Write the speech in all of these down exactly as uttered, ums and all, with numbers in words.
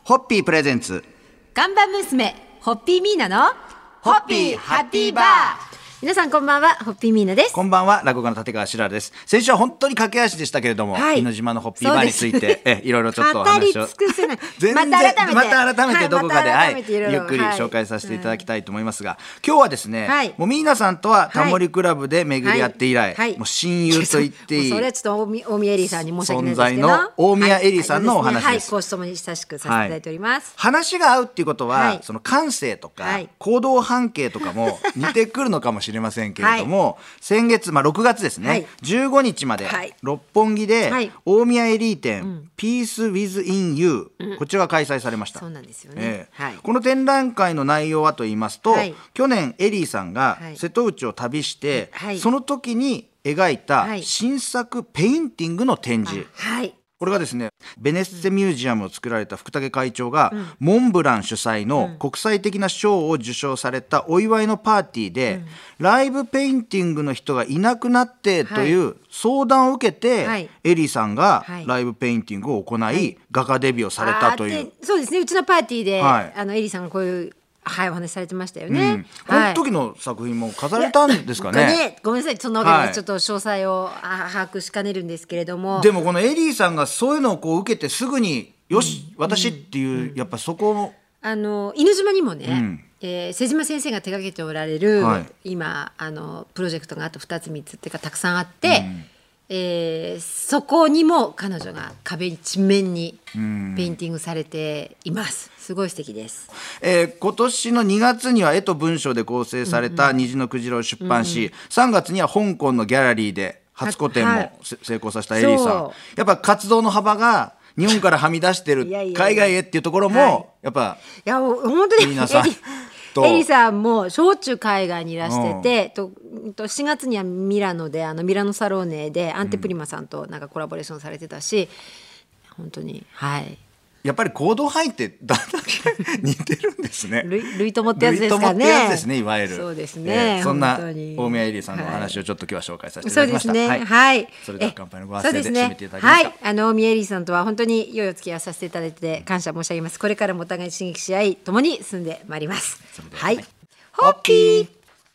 ホッピープレゼンツ看板娘ホッピーミーナのホッピーハッピーバー。 皆さんこんばんは、ホッピーミーナです。 こんばんは、落語家の立川しららです。先週は本当に駆け足でしたけれども、 はい、 犬島のホッピーバーについてえいろいろちょっとお話を語り尽くせない全然また改めてまた改めてどこかで、 はいはい、 また改めていろいろゆっくり紹介させていただきたいと思いますが、はい、今日はですね、はい、もうミーナさんとはタモリクラブで巡り合って以来、はいはい、もう親友と言っていい、 それはちょっと大宮エリーさんに申し訳ないですけど、 存在の大宮エリーさんのお話です。 はい、講師ともに親しくさせていただいております。 はい、話が合うっていうことは、 はい、 その感性とか、 はい、 行動半径とかも似てくるのかもしれませんけれども、はい、先月、まあ、ろくがつですね、はい、じゅうごにちまで、はい、六本木で、はい、大宮エリー展、うん、Peace Within You、うん、こちらが開催されました。 そうなんですよね、 えーはい、 この展覧会の内容はと言いますと、はい、去年エリーさんが瀬戸内を旅して、はい、その時に描いた新作ペインティングの展示、 はい、 これがですね、ベネッセミュージアムを作られた福武会長が、うん、モンブラン主催の国際的な賞を受賞されたお祝いのパーティーで、うん、ライブペインティングの人がいなくなってという相談を受けて、はい、エリーさんがライブペインティングを行い、はい、画家デビューをされたという。 そうですね、うちのパーティーで、はい、あのエリーさんがこういうはい、お話しされてましたよね、うん、 はい、この時の作品も飾られたんですかね。 ね、ごめんなさい、そのわけでちょっと詳細を把握しかねるんですけれども、 でもこのエリーさんがそういうのをこう受けてすぐによし、うん、私っていう、うん、やっぱそこもあの犬島にもね、うんえー、瀬島先生が手掛けておられる、はい、今あのプロジェクトがあとふたつみっつっていうかたくさんあって、うんえー、そこにも彼女が壁一面にペインティングされています。すごい素敵です、 えー、今年のにがつには絵と文章で構成された虹のクジラを出版し、うんうん、さんがつには香港のギャラリーで初個展も成功させたエリーさん、やっぱ活動の幅が日本からはみ出してる海外へっていうところもはい、やっぱいや本当に皆さんエリさんもしょっちゅう海外にいらしてて、ととしがつにはミラノであのミラノサローネでアンテプリマさんとなんかコラボレーションされてたし、うん、本当にはいやっぱり行動範囲ってだんだん似てるんですね。 類友ってやつですかね。類友ってやつですね、いわゆる。 そうですね、 えー、そんな大宮エリーさんのお話をちょっと今日は紹介させていただきました。 そうですね、 はい、 はい、 それでは乾杯のご発声で締めていただきますか。 はい、あの大宮エリーさんとは本当に良いお付き合いをさせていただいて感謝申し上げます。これからもお互い刺激し合い共に進んでまいります。はい、 ホッピー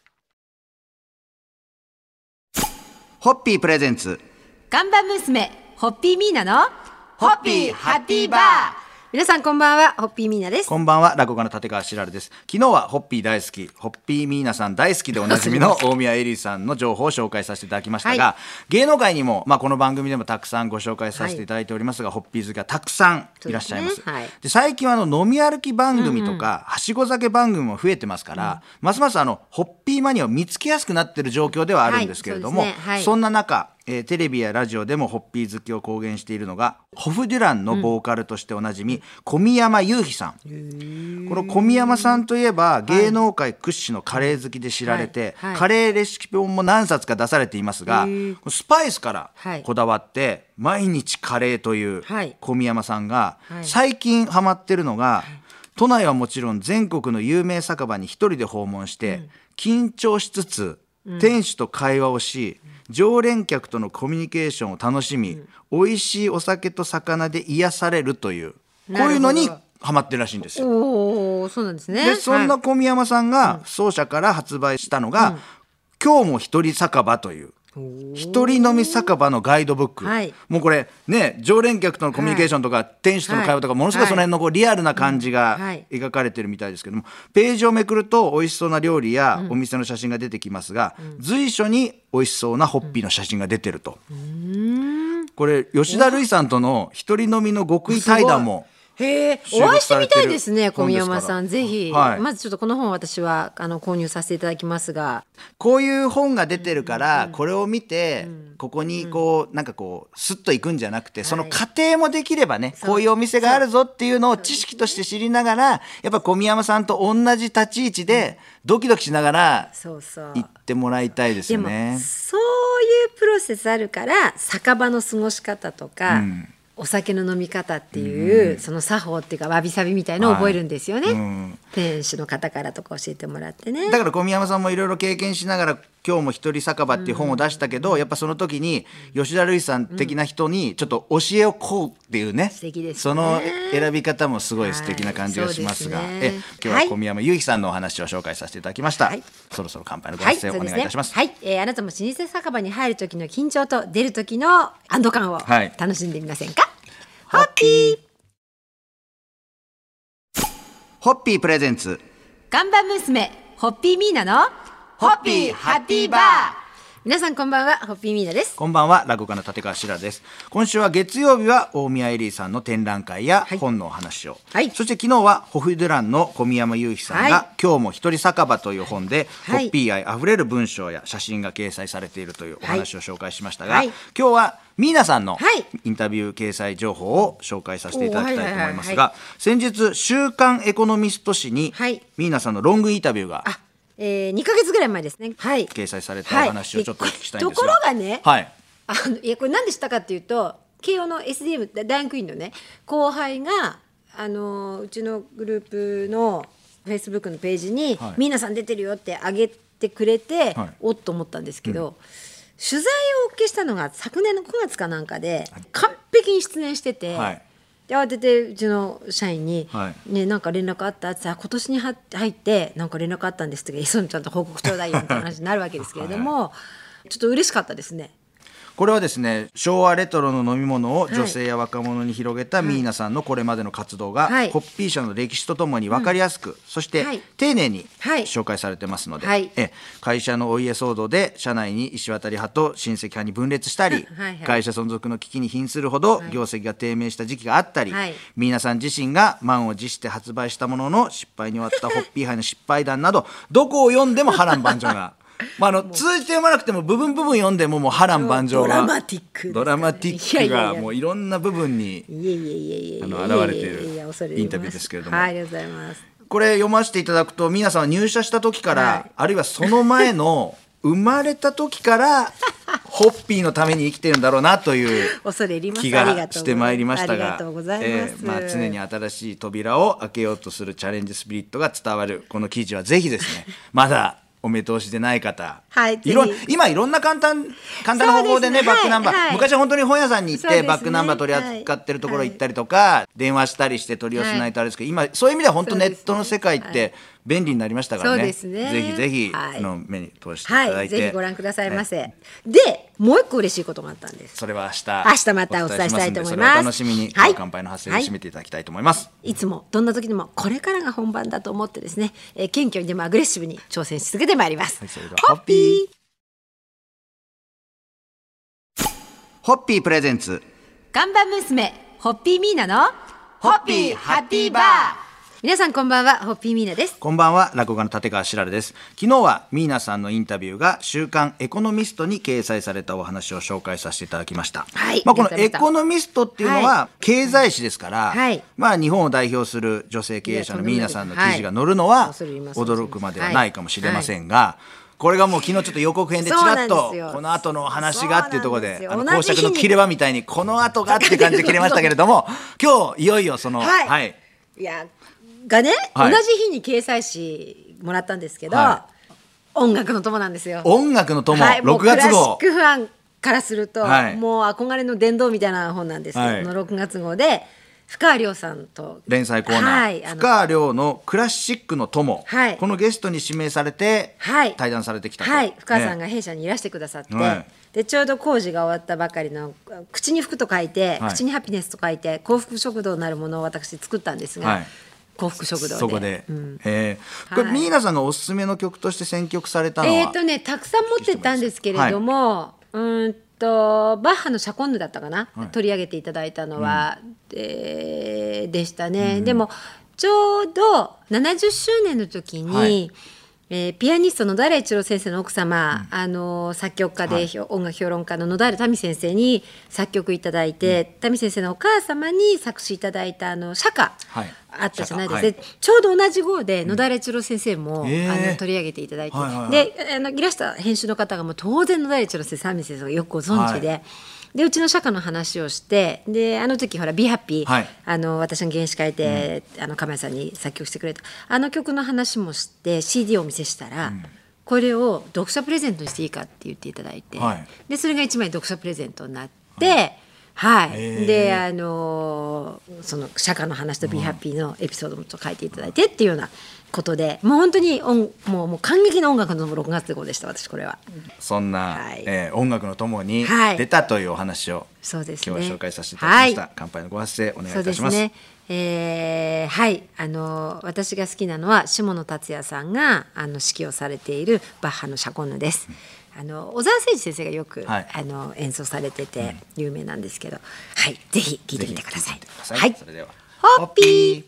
ホッピープレゼンツ看板娘ホッピーミーナのホッピーハッピーバー。 皆さんこんばんは、ホッピーミーナです。 こんばんは、落語家の立川しらるです。昨日はホッピー大好き、ホッピーミーナさん大好きでおなじみの大宮エリーさんの情報を紹介させていただきましたが、はい、芸能界にも、まあ、この番組でもたくさんご紹介させていただいておりますが、はい、ホッピー好きがたくさんいらっしゃいます。で、ねはい、で最近はあの飲み歩き番組とか、うんうん、はしご酒番組も増えてますから、うん、ますますあのホッピーマニアを見つけやすくなっている状況ではあるんですけれども、はい そ, ねはい、そんな中えー、テレビやラジオでもホッピー好きを公言しているのがホフデュランのボーカルとしておなじみ、うん、小宮山雄飛さん。この小宮山さんといえば芸能界屈指のカレー好きで知られて、はいはい、カレーレシピ本も何冊か出されていますが、スパイスからこだわって毎日カレーという小宮山さんが最近ハマってるのが、都内はもちろん全国の有名酒場に一人で訪問して緊張しつつ店主と会話をし、常連客とのコミュニケーションを楽しみ、うん、美味しいお酒と魚で癒されるという、こういうのにハマってるらしいんですよ。 おー、そうなんですね。 でそんな小宮山さんが奏者から発売したのが、うん、今日も一人酒場という一人飲み酒場のガイドブック、はい、もうこれね、常連客とのコミュニケーションとか、はい、店主との会話とか、ものすごいその辺のこうリアルな感じが描かれてるみたいですけども、ページをめくると美味しそうな料理やお店の写真が出てきますが、うん、随所に美味しそうなホッピーの写真が出てると、うん、これ吉田類さんとの一人飲みの極意対談もへえ、お会いしてみたいですね、小宮山さん。ぜひ、はい、まずちょっとこの本を私はあの購入させていただきますが、 こういう本が出てるから、うん、これを見て、うん、ここにこう、うん、なんかこうスッと行くんじゃなくて、その過程もできればね、はい、こういうお店があるぞっていうのを知識として知りながら、やっぱ小宮山さんと同じ立ち位置でドキドキしながら行ってもらいたいですよね。 でもそういうプロセスあるから、酒場の過ごし方とか、うん、 お酒の飲み方っていう、うん、その作法っていうかわびさびみたいのを覚えるんですよね、はいうん、店主の方からとか教えてもらってね。 だから小宮山さんもいろいろ経験しながら今日も一人酒場っていう本を出したけど、うん、やっぱその時に吉田類さん的な人にちょっと教えをこうっていうね、 素敵ですね。 その選び方もすごい素敵な感じがしますが、はい、え今日は小宮山雄飛さんのお話を紹介させていただきました、はい、そろそろ乾杯のご発声をお願いいたします。 はい、はいえー、あなたも老舗酒場に入る時の緊張と出る時の安堵感を楽しんでみませんか、はい、ホッピーホッピープレゼンツ看板娘ホッピーミーナのホッピーハッピーバー。皆さんこんばんは、ホッピーミーナです。 こんばんは、落語家の立川しららです。今週は月曜日は大宮エリーさんの展覧会や本のお話を、はい、そして昨日はホフデュランの小宮山雄飛さんが、はい、今日も一人酒場という本で、はい、ホッピー愛あふれる文章や写真が掲載されているというお話を紹介しましたが、はい、今日はミーナさんのインタビュー掲載情報を紹介させていただきたいと思いますが、先日週刊エコノミスト誌に、はい、ミーナさんのロングインタビューがえー、にかげつぐらい前ですね、はい、 掲載されたお話をちょっとお聞きしたいんですが、はい、 ところがね、 はい、 あのいやこれ何でしたかっていうと、慶応の エスディーエム 大学院のね後輩があのうちのグループのフェイスブックのページに、はい、ミーナさん出てるよって上げてくれて、はい、おっと思ったんですけど、うん、取材をお受けしたのが昨年のくがつかなんかで完璧に出演してて、はい、で慌ててうちの社員に、はいね、なんか連絡あったってさ、今年に入ってなんか連絡あったんですって、そういうのちゃんと報告ちょうだいよみたいな話になるわけですけれども、はい、ちょっと嬉しかったですね。 これはですね、昭和レトロの飲み物を女性や若者に広げたミーナさんのこれまでの活動が、はい、ホッピー社の歴史とともに分かりやすく、うん、そして丁寧に紹介されてますので、はい、え会社のお家騒動で社内に石渡派と親戚派に分裂したりはい、はい、会社存続の危機に瀕するほど業績が低迷した時期があったり、はい、ミーナさん自身が満を持して発売したものの失敗に終わったホッピー杯の失敗談など、どこを読んでも波乱万丈がまあ、あの通じて読まなくても部分部分読んでももう波乱万丈がドラマティック、ね、 ドラマティックがもういろんな部分に現れているインタビューですけれども、 はい、ありがとうございます。 これ読ませていただくと、皆さんは入社した時から、はい、あるいはその前の生まれた時からホッピーのために生きてるんだろうなという気がしてまいりましたが、常に新しい扉を開けようとするチャレンジスピリットが伝わるこの記事はぜひですねまだお目通しでない方、はい、いろ今いろんな簡単簡単な方法でね、バックナンバー、はいはい、昔は本当に本屋さんに行って、ね、バックナンバー取り扱ってるところ行ったりとか、はい、電話したりして取り寄せないとあれですけど、はい、今そういう意味では本当ネットの世界って便利になりましたからね。そうですね、ぜひぜひ、はい、の目に通していただいて、はい、 ぜひご覧くださいませ、はい、でもう一個嬉しいことがあったんです。 それは明日明日またお伝えしたいと思います。 それをお楽しみに、はい、乾杯の発声を締めていただきたいと思います、はい、 いつもどんな時でもこれからが本番だと思ってですね、えー、謙虚にでもアグレッシブに挑戦し続けてまいります、はい、それではホッピーホッピープレゼンツ看板娘ホッピーミーナのホッピーハッピーバー。 皆さんこんばんは、ホッピーミーナです。 こんばんは、落語家の立川しららです。昨日はミーナさんのインタビューが週刊エコノミストに掲載されたお話を紹介させていただきました、はい、まあ、このエコノミストっていうのは経済誌ですから、はい、まあ、日本を代表する女性経営者のミーナさんの記事が載るのは驚くまではないかもしれませんが、はいはい、これがもう昨日ちょっと予告編でちらっとこの後の話がっていうところで、あの公爵の切れ場みたいにこの後がって感じで切れましたけれども今日いよいよその、はいはい、 いやがね、はい、同じ日に掲載誌もらったんですけど、はい、音楽の友なんですよ。 音楽の友、はい、ろくがつ号、 クラシックファンからすると、はい、もう憧れの殿堂みたいな本なんですけど、はい、のろくがつ号で深川亮さんと連載コーナー、はい、深川亮のクラシックの友、はい、このゲストに指名されて、はい、対談されてきたと、 はい、深川さんが弊社にいらしてくださって、ね、でちょうど工事が終わったばかりの口に福と書いて、はい、口にハピネスと書いて幸福食堂なるものを私作ったんですが、はい、幸福食堂でそこで、うん、えー、これ、はい、ミーナさんがおすすめの曲として選曲されたのは、 えーとね、たくさん持ってたんですけれども、はい、うんとバッハのシャコンヌだったかな、はい、取り上げていただいたのは、うん、で, でしたね、うん、でもちょうどななじゅっしゅうねんの時に、はい、えー、ピアニストの野田一郎先生の奥様、うん、あの作曲家で、はい、音楽評論家の野田民先生に作曲いただいて、うん、民先生のお母様に作詞いただいたあの社歌、はい、あったじゃないですか、はい、ちょうど同じ号で野田一郎先生も、うん、あの取り上げていただいて、はいはいはい、であのいらした編集の方がもう当然野田一郎先生、民先生がよくご存知で、はい、 でうちの社歌の話をして、であの時ほら「BeHappy」、 はい、 あの私の原始会で、うん、あの亀井さんに作曲してくれたあの曲の話もして シーディー をお見せしたら、うん、これを読者プレゼントにしていいかって言っていただいて、はい、でそれがいちまい読者プレゼントになって、はいはい、であのー、その社歌の話と「BeHappy」のエピソードも書いていただいてっていうようなことで、もう本当に音もうもう感激の音楽のろくがつ号でした私これは。 そんな、はい、えー、音楽のともに出たというお話を、はい、そうですね、今日は紹介させていただきました、はい、乾杯のご発声お願いいたします。そうですね、 えー、はいあの私が好きなのは下野達也さんがあの指揮をされているバッハのシャコンヌです。あの小沢誠二先生がよく、はい、あの演奏されてて有名なんですけど、うん、はいぜひ聴いてみてください。 はい、それではホッピ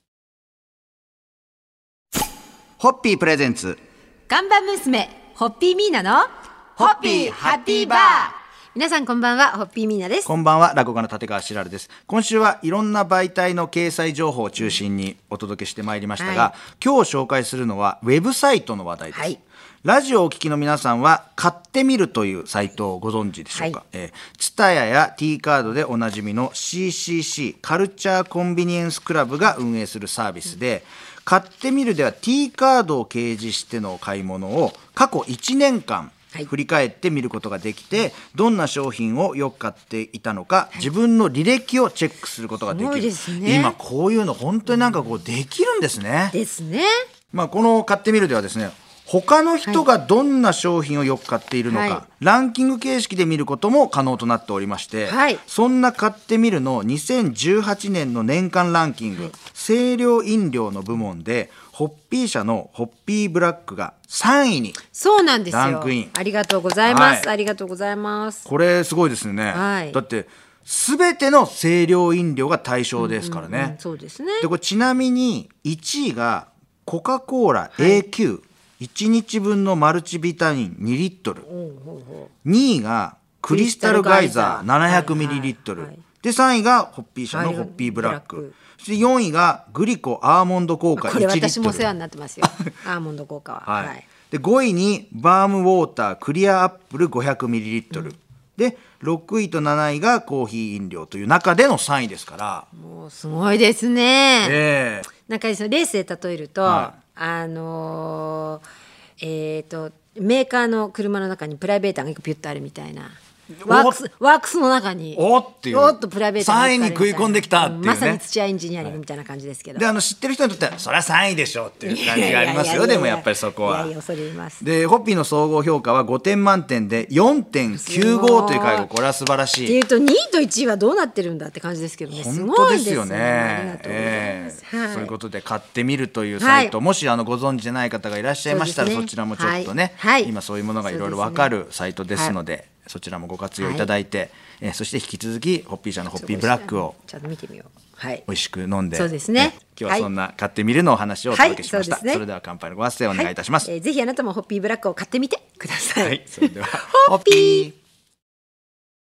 ーホッピープレゼンツ看板娘ホッピーミーナのホッピーハッピーバー。 皆さんこんばんは、ホッピーミーナです。 こんばんは、落語家の立川しらるです。今週はいろんな媒体の掲載情報を中心にお届けしてまいりましたが、はい、今日紹介するのはウェブサイトの話題です。はい、ラジオをお聞きの皆さんは買ってみるというサイトをご存知でしょうか。はい、えー、ツタヤや T カードでおなじみの シーシーシー カルチャーコンビニエンスクラブが運営するサービスで、うん、買ってみるでは T カードを掲示しての買い物を過去いちねんかん振り返って見ることができて、どんな商品をよく買っていたのか自分の履歴をチェックすることができる。 すごいですね。 今こういうの本当になんかこうできるんですね。 ですね。 まあ、この買ってみるではですね、他の人がどんな商品をよく買っているのか、はい、ランキング形式で見ることも可能となっておりまして、はい、そんな買ってみるのにせんじゅうはちねんの年間ランキング、はい、清涼飲料の部門でホッピー社のホッピーブラックがさんいにそうなんですよ。 ランクイン。 ありがとうございます、はい、ありがとうございます。 これすごいですね、はい、だって全ての清涼飲料が対象ですからね、うんうんうん、 そうですね。 でこれちなみにいちいがコカ・コーラ エーキュー、はい、いちにちぶんのマルチビタミンにリットル、にいがクリスタルガイザー ななひゃくミリリットル、はいはいはい、でさんいがホッピー社のホッピーブラック、そしてよんいがグリコアーモンド効果いちリットル。 これ私もお世話になってますよアーモンド効果は、 はいはい、でごいにバームウォータークリアアップル ごひゃくミリリットル、うん、でろくいとなないがコーヒー飲料という中でのさんいですから、 もうすごいですね、 えー、 なんかですね、レースで例えると、はい、あのー、えーとメーカーの車の中にプライベーターがピュッとあるみたいな、ワークス、ワークスの中におっていうおっとプライベートさんいに食い込んできたっていうね、 まさに土屋エンジニアリングみたいな感じですけど、 はい、であの知ってる人にとってはそりゃさんいでしょっていう感じがありますよ。でもやっぱりそこは、いやいや恐れ入ります。でホッピーの総合評価はごてん満点で よんてんきゅうご という回答、これは素晴らしい。 っていうとにいといちいはどうなってるんだって感じですけどね。 本当ですよね。 ありがとうございます、 えーはい、そういうことで買ってみるというサイト、はい、もしあのご存知でない方がいらっしゃいましたら そ,、ね、そちらもちょっとね、はいはい、今そういうものがいろいろ分かるサイトですので、そちらもご活用いただいて、はい、えー、そして引き続きホッピー社のホッピーブラックをちょっと見てみよう、はい、 美味しく飲んで、 そうですね、 今日はそんな買ってみるのお話をお届けしました、はい、 そ, ね、それでは乾杯のご発声お願いいたします、 はい、えー、ぜひあなたもホッピーブラックを買ってみてください、 はい、それではホッピー